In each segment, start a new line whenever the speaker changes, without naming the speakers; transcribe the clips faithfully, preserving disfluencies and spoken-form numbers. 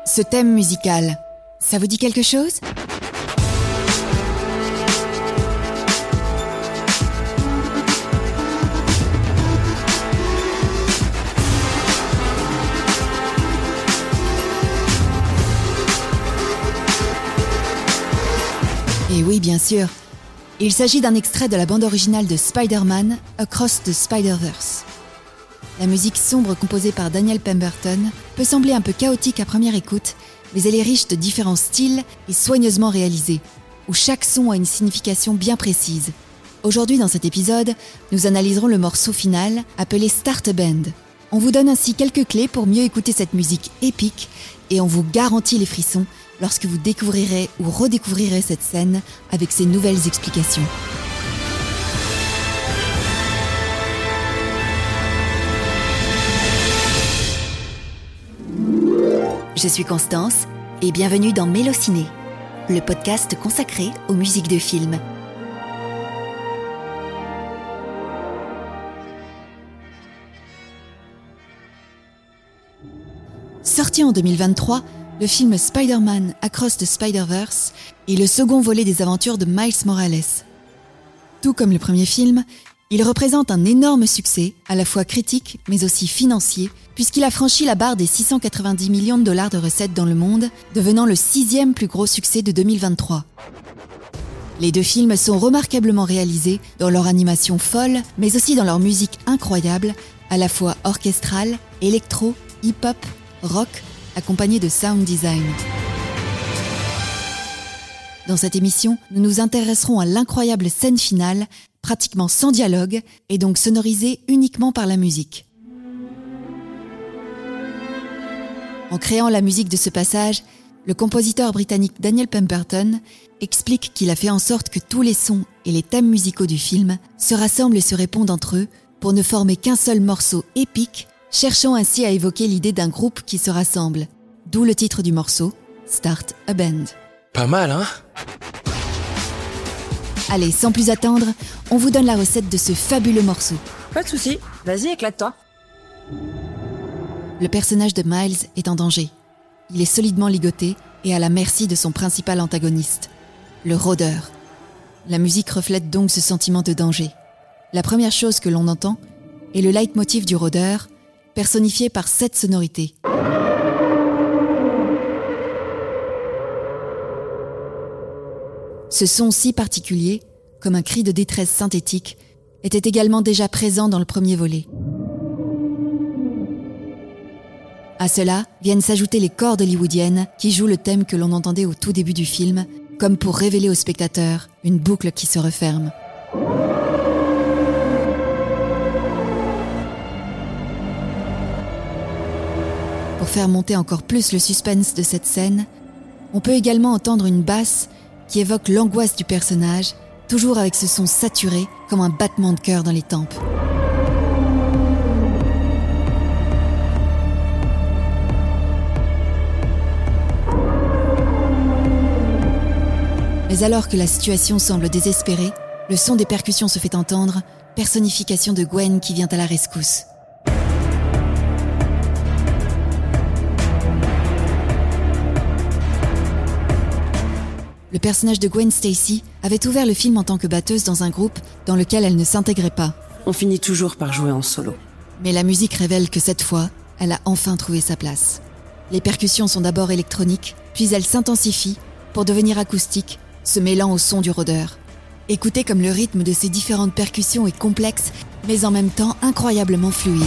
Ce thème musical, ça vous dit quelque chose ? Et oui, bien sûr, il s'agit d'un extrait de la bande originale de Spider-Man, Across the Spider-Verse. La musique sombre composée par Daniel Pemberton peut sembler un peu chaotique à première écoute, mais elle est riche de différents styles et soigneusement réalisée, où chaque son a une signification bien précise. Aujourd'hui, dans cet épisode, nous analyserons le morceau final, appelé Start a Band. On vous donne ainsi quelques clés pour mieux écouter cette musique épique, et on vous garantit les frissons lorsque vous découvrirez ou redécouvrirez cette scène avec ses nouvelles explications. Je suis Constance et bienvenue dans Mélociné, le podcast consacré aux musiques de films. Sorti en deux mille vingt-trois, le film Spider-Man Across the Spider-Verse est le second volet des aventures de Miles Morales. Tout comme le premier film, il représente un énorme succès, à la fois critique mais aussi financier, puisqu'il a franchi la barre des six cent quatre-vingt-dix millions de dollars de recettes dans le monde, devenant le sixième plus gros succès de deux mille vingt-trois. Les deux films sont remarquablement réalisés dans leur animation folle, mais aussi dans leur musique incroyable, à la fois orchestrale, électro, hip-hop, rock, accompagnée de sound design. Dans cette émission, nous nous intéresserons à l'incroyable scène finale, pratiquement sans dialogue, et donc sonorisée uniquement par la musique. En créant la musique de ce passage, le compositeur britannique Daniel Pemberton explique qu'il a fait en sorte que tous les sons et les thèmes musicaux du film se rassemblent et se répondent entre eux pour ne former qu'un seul morceau épique, cherchant ainsi à évoquer l'idée d'un groupe qui se rassemble. D'où le titre du morceau, Start a Band.
Pas mal, hein ?
Allez, sans plus attendre, on vous donne la recette de ce fabuleux morceau.
Pas de soucis, vas-y, éclate-toi.
Le personnage de Miles est en danger. Il est solidement ligoté et à la merci de son principal antagoniste, le rôdeur. La musique reflète donc ce sentiment de danger. La première chose que l'on entend est le leitmotiv du rôdeur, personnifié par sept sonorités. Ce son si particulier, comme un cri de détresse synthétique, était également déjà présent dans le premier volet. À cela viennent s'ajouter les cordes hollywoodiennes qui jouent le thème que l'on entendait au tout début du film, comme pour révéler au spectateur une boucle qui se referme. Pour faire monter encore plus le suspense de cette scène, on peut également entendre une basse qui évoque l'angoisse du personnage, toujours avec ce son saturé comme un battement de cœur dans les tempes. Mais alors que la situation semble désespérée, le son des percussions se fait entendre, personnification de Gwen qui vient à la rescousse. Le personnage de Gwen Stacy avait ouvert le film en tant que batteuse dans un groupe dans lequel elle ne s'intégrait pas.
On finit toujours par jouer en solo.
Mais la musique révèle que cette fois, elle a enfin trouvé sa place. Les percussions sont d'abord électroniques, puis elles s'intensifient pour devenir acoustiques, se mêlant au son du rôdeur. Écoutez comme le rythme de ces différentes percussions est complexe, mais en même temps incroyablement fluide.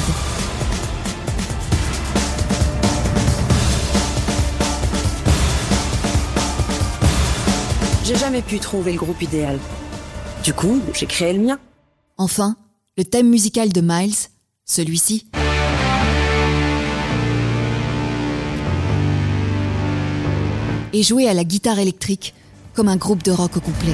J'ai jamais pu trouver le groupe idéal. Du coup, j'ai créé le mien.
Enfin, le thème musical de Miles, celui-ci, est joué à la guitare électrique comme un groupe de rock au complet.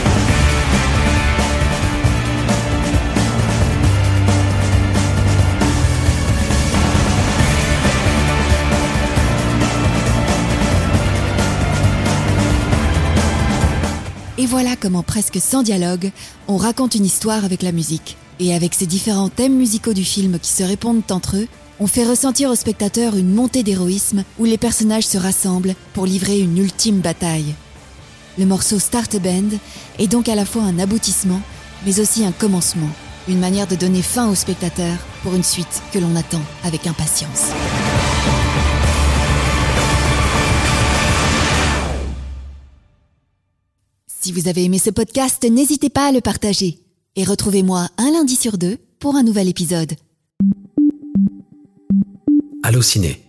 Et voilà comment presque sans dialogue, on raconte une histoire avec la musique. Et avec ces différents thèmes musicaux du film qui se répondent entre eux, on fait ressentir au spectateur une montée d'héroïsme où les personnages se rassemblent pour livrer une ultime bataille. Le morceau Start a Band est donc à la fois un aboutissement, mais aussi un commencement, une manière de donner fin au spectateur pour une suite que l'on attend avec impatience. Si vous avez aimé ce podcast, n'hésitez pas à le partager. Et retrouvez-moi un lundi sur deux pour un nouvel épisode.
Allociné,